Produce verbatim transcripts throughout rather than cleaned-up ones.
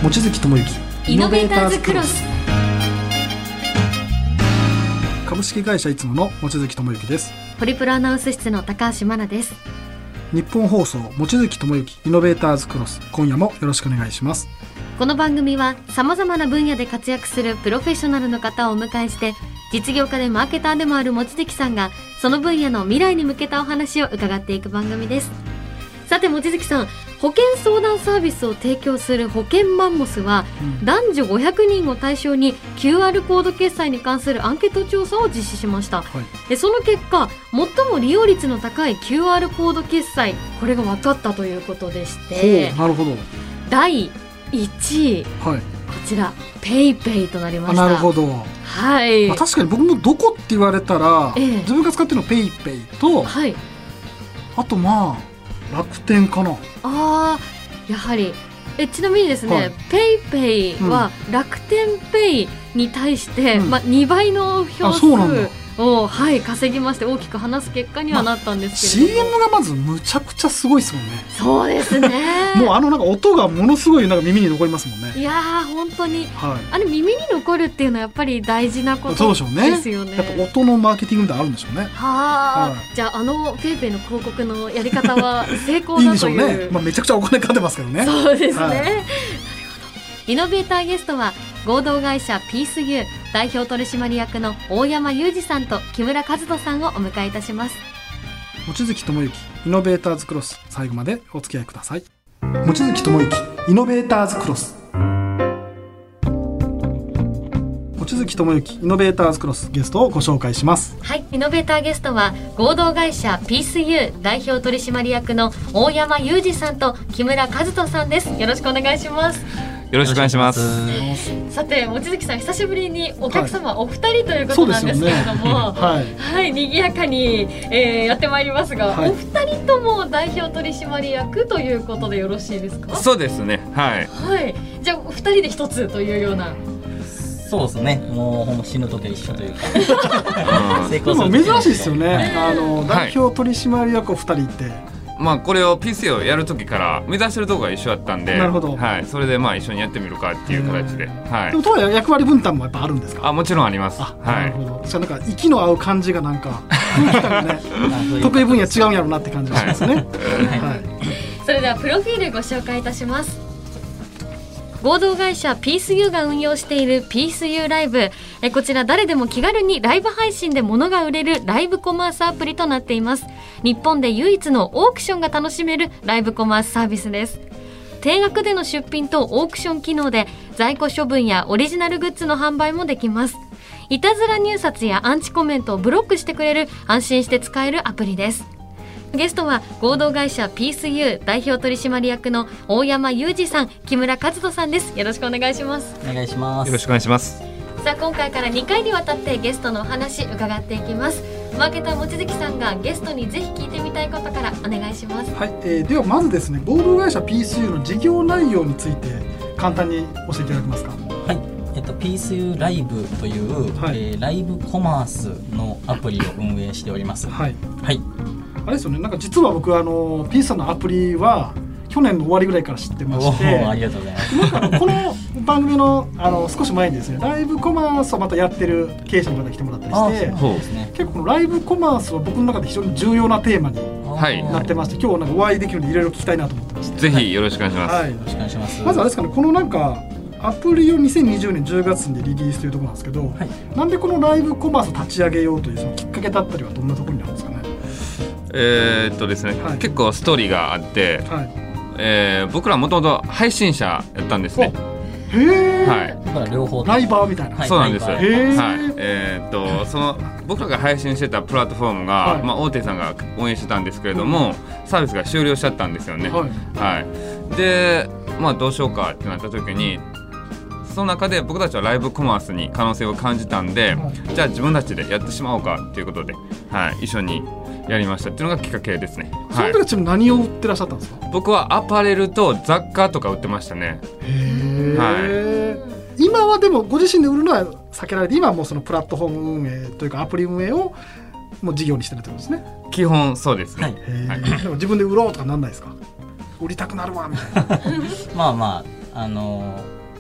望月智之イノベーターズクロス。 株式会社いつもの望月智之です。 ホリプロアナウンス室の高橋真奈です。 日本放送望月智之イノベーターズクロス、今夜もよろしくお願いします。 この番組はさまざまな分野で活躍するプロフェッショナルの方をお迎えして、実業家でマーケターでもある望月さんがその分野の未来に向けたお話を伺っていく番組です。さて望月さん、保険相談サービスを提供する保険マンモスは、うん、男女ごひゃくにんを対象に キューアール コード決済に関するアンケート調査を実施しました、はい、でその結果最も利用率の高い キューアール コード決済、これが分かったということでして、 なるほど。 だいいちい、はい、こちらペイペイとなりました。 なるほど、はい、まあ、確かに僕もどこって言われたら、ええ、自分が使ってるのペイペイと、はい、あとまあ楽天かな。 あー、やはりえちなみにですね、はい、ペイペイは楽天ペイに対して、うん、ま、にばいの票数を、はい、稼ぎまして大きく離す結果にはなったんですけれども、 まあ、シーエム がまずむちゃくちゃすごいですもんね。 そうですねもうあのなんか音がものすごいなんか耳に残りますもんね。 いやー本当に、はい、あれ耳に残るっていうのはやっぱり大事なことですよね。 そうでしょうね。やっぱ音のマーケティングってあるんでしょうね。 は、はい、じゃああのペイペイの広告のやり方は成功だといういいんでしょうね。 まあ、めちゃくちゃお金かかってますけどね。 そうですね、はい、なるほど。イノベーターゲストは合同会社ピースユー代表取締役の大山裕二さんと木村和人さんをお迎えいたします。 望月智之イノベーターズクロス、最後までお付き合いください。望月智之イノベーターズクロス、望月智之イノベーターズクロス、ゲストをご紹介します。 はい、イノベーターゲストは合同会社ピースユー代表取締役の大山裕二さんと木村和人さんです。よろしくお願いします。 よろしくお願いします。 さて望月さん、久しぶりにお客様、はい、お二人ということなんですけれども、はい、はい、賑やかに、えー、やってまいりますが、はい、お二人とも代表取締役ということでよろしいですか？ そうですね、はい、 はい、じゃあお二人で一つというような。 そうですね、もうほんま死ぬ時は一緒というか成功する時珍しいですよね、あの代表取締役を二人って、 まあ、これを ピーシー をやるときから目指してるところが一緒だったんで、 なるほど、 はい、それでまあ一緒にやってみるかっていう形で、はい、 でもとは役割分担もやっぱあるんですか？ あ、もちろんあります。 あ、なるほど、はい、なんか息の合う感じがなんか空気感がね得意分野違うんやろうなって感じがしますね、はいはい、 それではプロフィールご紹介いたします。合同会社ピースユーが運用しているピースユーライブ、えこちら誰でも気軽にライブ配信で物が売れるライブコマースアプリとなっています。日本で唯一のオークションが楽しめるライブコマースサービスです。定額での出品とオークション機能で在庫処分やオリジナルグッズの販売もできます。いたずら入札やアンチコメントをブロックしてくれる安心して使えるアプリです。ゲストは合同会社ピースユー代表取締役の大山裕二さん、木村和人さんです。よろしくお願いします。 お願いします。 よろしくお願いします。 さあ今回からにかいにわたってゲストのお話伺っていきます。マーケター望月さんがゲストにぜひ聞いてみたいことからお願いします。 はい、えー、ではまずですね、合同会社 ピースユー の事業内容について簡単に教えていただけますか？ はい、えっと、ピースユー ライブという、はい、えー、ライブコマースのアプリを運営しております。はい、はい、 あれですよね、なんか実は僕あの P さんのアプリは去年の終わりぐらいから知ってまして、 ありがとうございます。 なんかこの番組 の, あの少し前にですね、ライブコマースをまたやってる経営者の方来てもらったりして、そうですね、結構このライブコマースは僕の中で非常に重要なテーマになってまして、今日なんかお会いできるのでいろいろ聞きたいなと思ってまして、 ぜひよろしくお願いします。 はい、 よろしくお願いします。 まずあれですかね、このなんかアプリをにせんにじゅうねんじゅうがつにリリースというところなんですけど、はい、なんでこのライブコマースを立ち上げようというそのきっかけだったりはどんなところにあるんですかね？ えー、っとですね、はい、結構ストーリーがあって、はい、えー、僕らもともと配信者やったんですね。 へー、 はい、だから両方ライバーみたいな、 はい、そうなんです。へー、はい、えー、っとその僕らが配信してたプラットフォームが、はい、まあ、大手さんが応援してたんですけれども、うん、サービスが終了しちゃったんですよね。はい、はい、で、まあ、どうしようかってなった時に、その中で僕たちはライブコマースに可能性を感じたんで、はい、じゃあ自分たちでやってしまおうかっていうことで、はい、一緒にやりましたっていうのがきっかけですね。 その時はちなみに何を売ってらっしゃったんですか？ 僕はアパレルと雑貨とか売ってましたね。 へー、はい、今はでもご自身で売るのは避けられて、今はもうそのプラットフォーム運営というかアプリ運営をもう事業にしてるってことですね。 基本そうですね。 はい、でも自分で売ろうとかなんないですか？売りたくなるわみたいなまあまあ、あのー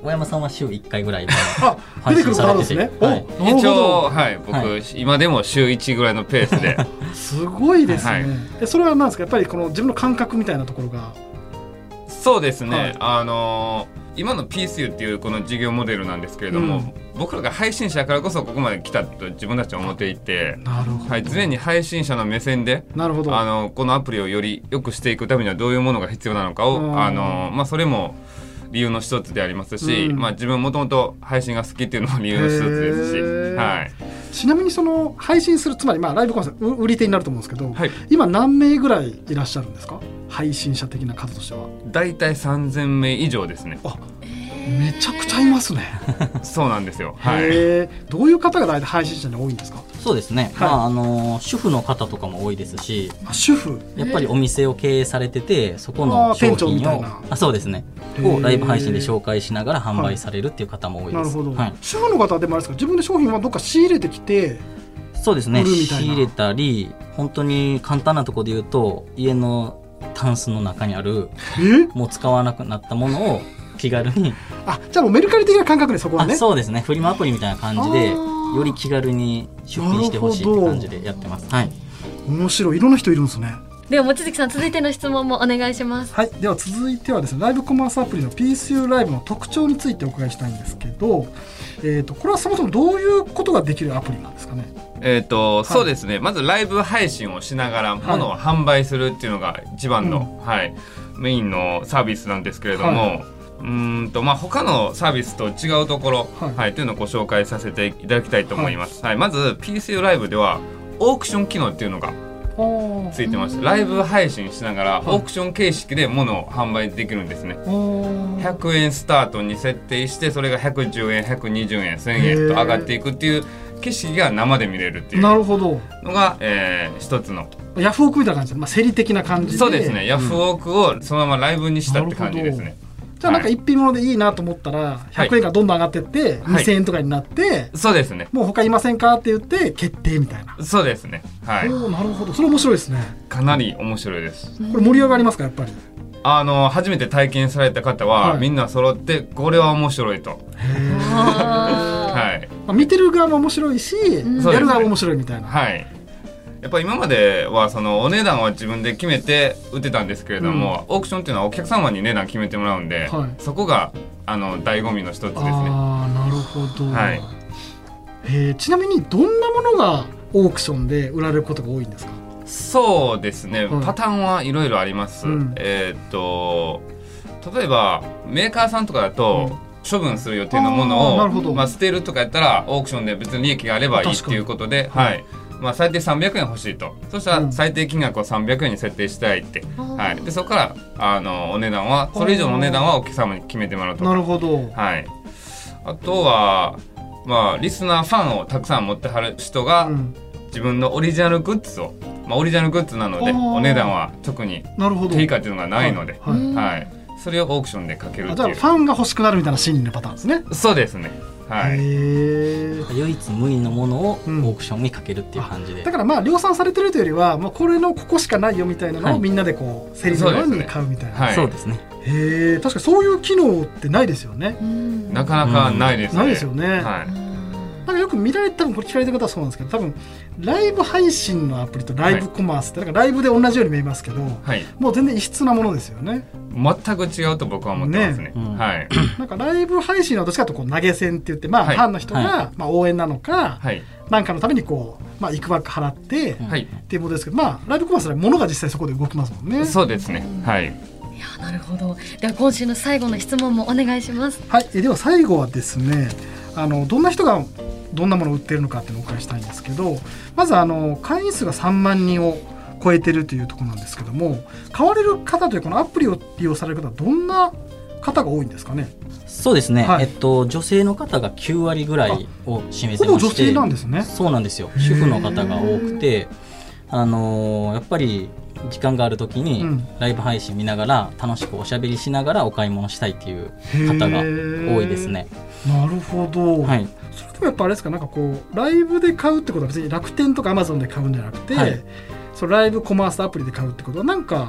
小山さんは週いっかいぐらいで配信されてて、ね、はい、 一応、はい、僕、はい、今でも週いちぐらいのペースですごいですね、はい、えそれは何ですか、やっぱりこの自分の感覚みたいなところが。 そうですね、はい、あのー今の ピーエスユー っていうこの事業モデルなんですけれども、うん、僕らが配信者だからこそここまで来たと自分たちは思っていて、 なるほど、 はい、常に配信者の目線でなるほど、 あのこのアプリをより良くしていくためにはどういうものが必要なのかを、あの、まあ、それも理由の一つでありますし、うん、まあ、自分もともと配信が好きっていうのも理由の一つですし、はい、 ちなみにその配信する、つまりまあライブコマース売り手になると思うんですけど、はい、今何名ぐらいいらっしゃるんですか、配信者的な数としては。 だいたいさんぜんめい以上ですね。 あ、めちゃくちゃいますねそうなんですよ、はい、 どういう方が大体配信者に多いんですか。 そうですね、はい、まあ、あの主婦の方とかも多いですし、 あ、主婦やっぱりお店を経営されてて、そこの商品をあそうですねをライブ配信で紹介しながら販売されるっていう方も多いです。 なるほど、 はい、 主婦の方はでもあれですか、自分で商品はどっか仕入れてきて。 そうですね、仕入れたり、本当に簡単なところで言うと家のタンスの中にあるもう使わなくなったものを気軽にあ、じゃあもうメルカリ的な感覚でそこはね。 そうですね、フリマアプリみたいな感じでより気軽に出品してほしいって感じでやってます。はい、 面白い、いろんな人いるんですね。 では望月さん、続いての質問もお願いします。 はい、では続いてはですね、ライブコマースアプリの ピーエスユー ライブの特徴についてお伺いしたいんですけど、えーと、これはそもそもどういうことができるアプリなんですかね。 えーとはい、そうですね、まずライブ配信をしながら物を販売するっていうのが一番の、はいはい、メインのサービスなんですけれども、はい、うーんとまあ、他のサービスと違うところ、はいはい、というのをご紹介させていただきたいと思います。はいはい、まず ピーエスユー ライブではオークション機能っていうのがついてます。ライブ配信しながらオークション形式で物を販売できるんですね。ひゃくえんスタートに設定して、それがひゃくじゅうえん、ひゃくにじゅうえん、せんえんと上がっていくっていう景色が生で見れるっていうのが、えー、一つのヤフオクみたいな感じで、まあ、競り的な感じで。 そうですね、ヤフオクをそのままライブにしたって感じですね。 じゃあなんか一品物でいいなと思ったらひゃくえんがどんどん上がっていってにせんえんとかになって、はい、 そうですね、 もう他いませんかって言って決定みたいな。 そうですね、はい、 おなるほど、それ面白いですね。 かなり面白いです。 これ盛り上がりますか、やっぱり。 あの初めて体験された方は、はい、みんな揃ってこれは面白いと。はい、 まあ、見てる側も面白いし、うん、やる側も面白いみたいな。 はい、やっぱ今まではそのお値段は自分で決めて売ってたんですけれども、うん、オークションっていうのはお客様に値段決めてもらうんで、はい、そこがあの醍醐味の一つですね。 あー、なるほど、 はい、 えー、ちなみにどんなものがオークションで売られることが多いんですか。 そうですね、はい、パターンはいろいろあります。うん、えー、っと例えばメーカーさんとかだと、うん、処分する予定のものをまあ、捨てるとかやったらオークションで別に利益があればいいっていうことで、はい、まあ、最低さんびゃくえん欲しいと。そしたら最低金額をさんびゃくえんに設定したいって、うん、はい、でそこからあのお値段はそれ以上のお値段はお客様に決めてもらうとか。 なるほど、 はい、あとは、まあ、リスナーファンをたくさん持ってはる人が、うん、自分のオリジナルグッズを、まあ、オリジナルグッズなのでお値段は特に定価っていうのがないので、はいはいはい、それをオークションでかけるっていう。 じゃあファンが欲しくなるみたいな心理のパターンですね。 そうですね、はい、 へ唯一無二のものをオークションにかけるっていう感じで、うん、 だからまあ量産されてるというよりは、まあ、これのここしかないよみたいなのをみんなでこう競りのように買うみたいな。 そうですね、 へえ、確かにそういう機能ってないですよね。 なかなかないですね、 ないですよね、はい、なんかよく見られて、多分これ聞かれてる方はそうなんですけど、多分ライブ配信のアプリとライブコマースって、はい、なんかライブで同じように見えますけど、はい、もう全然異質なものですよね。 全く違うと僕は思ってますね。ね、うん、はい、 なんかライブ配信はどっちかというとこう投げ銭って言って、まあ、はい、ファンの人が、はい、まあ、応援なのか、はい、なんかのためにこう、まあ、いくばく払って、はい、っていうものですけど、まあ、ライブコマースは物が実際そこで動きますもんね。 そうですね、はい、 いや、なるほど。では今週の最後の質問もお願いします。 はい、えでは最後はですね、あのどんな人がどんなものを売っているのかっていうのをお伺いしたいんですけど、まずあの会員数がさんまんにんを超えているというところなんですけども、買われる方というこのアプリを利用される方はどんな方が多いんですかね。 そうですね、はい、えっと、女性の方がきゅうわりぐらいを占めてまして、ほぼ女性なんですね。そうなんですよ、主婦の方が多くて、あのー、やっぱり時間があるときにライブ配信見ながら楽しくおしゃべりしながらお買い物したいっていう方が多いですね。 なるほど、はい、それでもやっぱあれですか、なんかこうライブで買うってことは別に楽天とかアマゾンで買うんじゃなくて、はい、そのライブコマースアプリで買うってことはなんか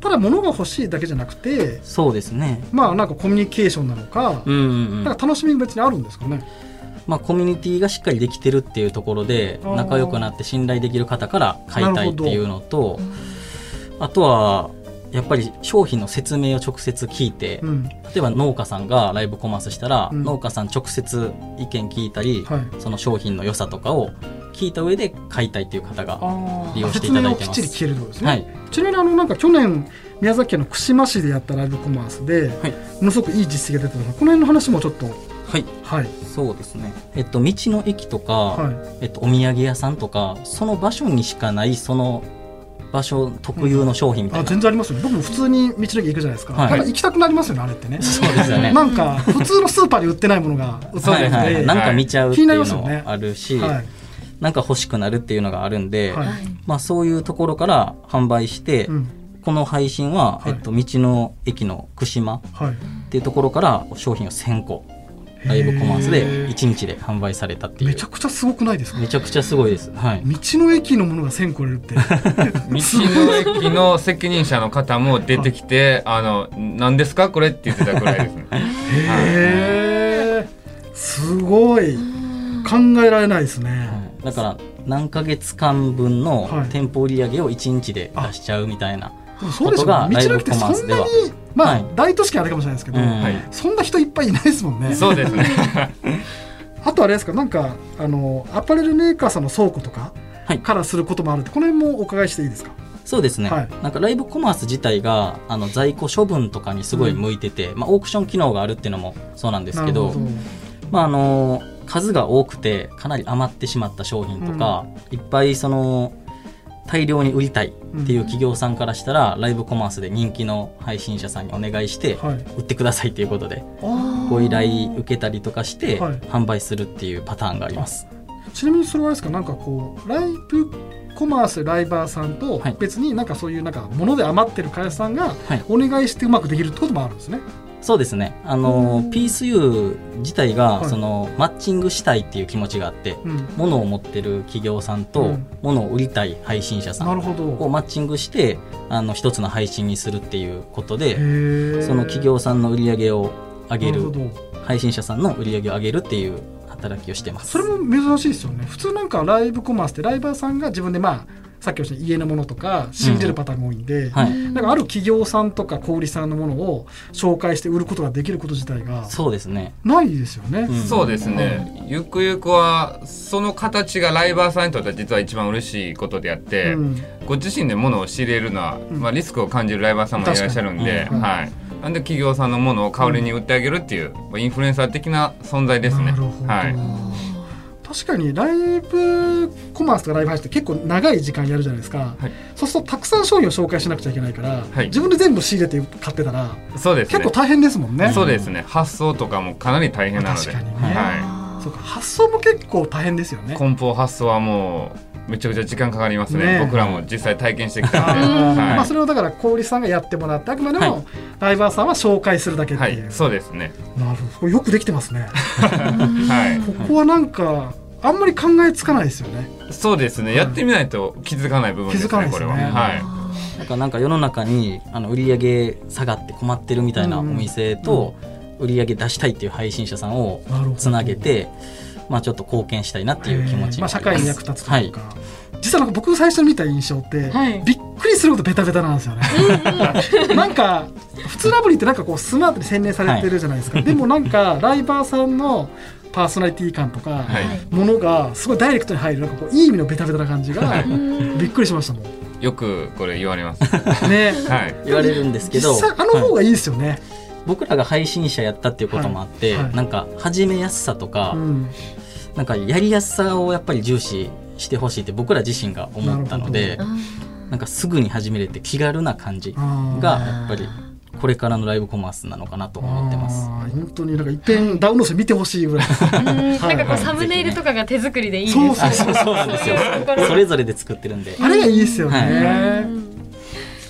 ただ物が欲しいだけじゃなくて、 そうですね、 まあなんかコミュニケーションなのか、うんうんうん、なんか楽しみ別にあるんですかね。 まあ、コミュニティがしっかりできてるっていうところで仲良くなって信頼できる方から買いたいっていうのと、あとはやっぱり商品の説明を直接聞いて、うん、例えば農家さんがライブコマースしたら、うん、農家さん直接意見聞いたり、はい、その商品の良さとかを聞いた上で買いたいっていう方が利用していただいてます。 説明をきっちり聞けるとですね、はい、ちなみにあのなんか去年宮崎県の串間市でやったライブコマースで、はい、ものすごくいい実績が出てたので、この辺の話もちょっと。 はい、はい、そうですね、えっと、道の駅とか、はい、えっと、お土産屋さんとかその場所にしかないその場所特有の商品みたいな、 うん、あ全然ありますよね。僕も普通に道の駅行くじゃないですか、はい、なんか行きたくなりますよねあれってね。 そうですよねなんか普通のスーパーで売ってないものが売ってないので、はいはい、 なんか見ちゃうっていうのもあるし、はい、なんか欲しくなるっていうのがあるんで、はい、まあ、そういうところから販売して、うん、この配信は、はい、えっと、道の駅の串間っていうところから商品をせんこライブコマースでいちにちで販売されたっていう。 めちゃくちゃすごくないですか。 めちゃくちゃすごいです、はい、 道の駅のものがせんこ売れるって道の駅の責任者の方も出てきてあの何ですかこれって言ってたくらいですね。 へー、すごい考えられないですね、 はい、だから何ヶ月間分の店舗売り上げをいちにちで出しちゃうみたいなことがライブコマースでは、 まあ、はい、大都市圏あれかもしれないですけど、うん、そんな人いっぱいいないですもんね。 そうですねあとあれですか、なんかあのアパレルメーカーさんの倉庫とかからすることもあるって、はい、この辺もお伺いしていいですか。 そうですね、はい、なんかライブコマース自体があの在庫処分とかにすごい向いてて、うん、まあ、オークション機能があるっていうのもそうなんですけど、どまあ、あの数が多くてかなり余ってしまった商品とか、うん、いっぱいその大量に売りたいっていう企業さんからしたら、うん、ライブコマースで人気の配信者さんにお願いして、はい、売ってくださいということでご依頼受けたりとかして、はい、販売するっていうパターンがあります。 ちなみにそれはあれですか、なんかこうライブコマースライバーさんと別になんかそういうなんか物で余ってる会社さんがお願いしてうまくできるってこともあるんですね。 そうですね、あの ピースユー 自体が、はい、そのマッチングしたいっていう気持ちがあって、うん、物を持ってる企業さんと、うん、物を売りたい配信者さんをマッチングしてあの一つの配信にするっていうことで、その企業さんの売り上げを上げる、配信者さんの売り上げを上げるっていう働きをしてます。 それも珍しいですよね。普通なんかライブコマースってライバーさんが自分でまあさっきおっしゃった家のものとか仕入れるパターンが多いんで、うん、はい、なんかある企業さんとか小売さんのものを紹介して売ることができること自体がそうですね、 ないですよね、 うん、そうですね、うん、ゆくゆくはその形がライバーさんにとっては実は一番嬉しいことであって、うん、ご自身でものを仕入れるのは、うん、まあ、リスクを感じるライバーさんもいらっしゃるんで、うん、はい、なんで企業さんのものを代わりに売ってあげるっていう、うん、インフルエンサー的な存在ですね。 なるほど、 はい、 確かにライブコマースとかライブ配信って結構長い時間やるじゃないですか、はい、そうするとたくさん商品を紹介しなくちゃいけないから、はい、自分で全部仕入れて買ってたらそうです、ね、結構大変ですもんね。 そうですね、発送とかもかなり大変なので、 確かにね、はい、そうか、発送も結構大変ですよね。 梱包発送はもうめちゃくちゃ時間かかります ね, ね僕らも実際体験してきたんで、はい、 まあ、それをだから小売さんがやってもらってあくまでもライバーさんは紹介するだけっていう、 はい、そうですね。 なるほど、よくできてますね、はい、ここはなんかあんまり考えつかないですよね。 そうですね、やってみないと気づかない部分ですね、気づかないですね、これは、はい、 なんかなんか世の中にあの売り上げ下がって困ってるみたいなお店と、売り上げ出したいっていう配信者さんをつなげて、まあ、ちょっと貢献したいなっていう気持ちがあります。 まあ、社会に役立つというか、はい、実はなんか僕最初に見た印象って、はい、びっくりするほどベタベタなんですよねなんか普通のアプリってなんかこうスマートに洗練されてるじゃないですか、はい、でもなんかライバーさんのパーソナリティ感とか、はい、ものがすごいダイレクトに入る、なんかこういい意味のベタベタな感じがびっくりしましたもん。 よくこれ言われますね、はい、言われるんですけど、 実際あの方がいいですよね、はい、 僕らが配信者やったっていうこともあって、はいはい、なんか始めやすさとか、うん、なんかやりやすさをやっぱり重視してほしいって僕ら自身が思ったので、 な, なんかすぐに始めれて気軽な感じがやっぱりこれからのライブコマースなのかなと思ってます。 本当になんか一遍ダウンロード見てほしいぐらいなんかこうサムネイルとかが手作りでいいですね。 そうそうそうなんですよそれぞれで作ってるんであれがいいですよね、 はい、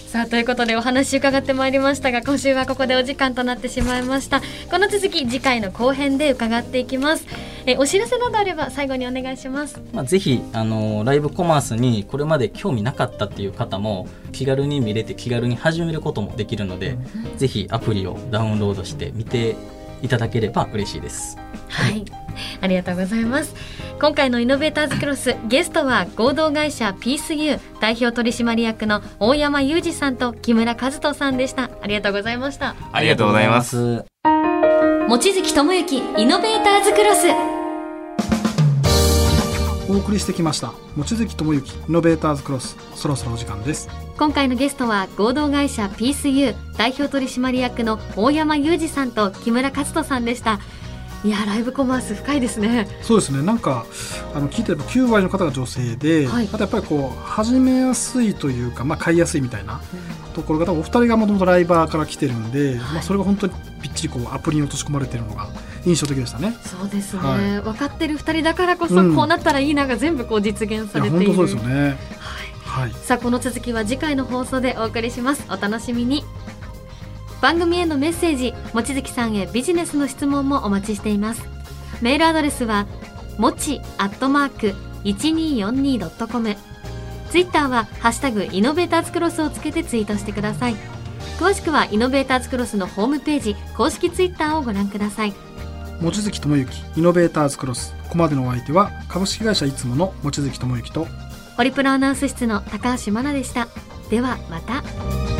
さあということでお話伺ってまいりましたが、今週はここでお時間となってしまいました。この続き次回の後編で伺っていきます。 えお知らせなどあれば最後にお願いします。 まあ、ぜひあのライブコマースにこれまで興味なかったっていう方も気軽に見れて気軽に始めることもできるので、うん、ぜひアプリをダウンロードして見ていただければ嬉しいです。 はい、ありがとうございます。今回のイノベーターズクロス、ゲストは合同会社ピースユー代表取締役の大山裕二さんと木村和人さんでした。ありがとうございました。 ありがとうございます。 望月智之イノベーターズクロス、 お送りしてきました望月智之イノベーターズクロス、そろそろお時間です。 今回のゲストは合同会社ピースユー代表取締役の大山裕二さんと木村和人さんでした。いやライブコマース深いですね。 そうですね、なんかあの聞いてればきゅうわりの方が女性で、はい、あとやっぱりこう始めやすいというか、まあ、買いやすいみたいなところが、多分お二人がもともとライバーから来てるんで、はい、まあ、それが本当にぴっちりこうアプリに落とし込まれてるのが印象的でしたね。 そうですね、はい、分かってるふたりだからこそ、こうなったらいいなが全部こう実現されている。 いや本当そうですよね、 はいはい、さあこの続きは次回の放送でお送りします。お楽しみに。番組へのメッセージ、望月さんへビジネスの質問もお待ちしています。メールアドレスはもちアットマーク いちにーよんにードットコム、 ツイッターはハッシュタグイノベーターズクロスをつけてツイートしてください。詳しくはイノベーターズクロスのホームページ公式ツイッターをご覧ください。 望月智之イノベーターズクロス、ここまでのお相手は株式会社いつもの望月智之とホリプロアナウンス室の高橋真奈でした。ではまた。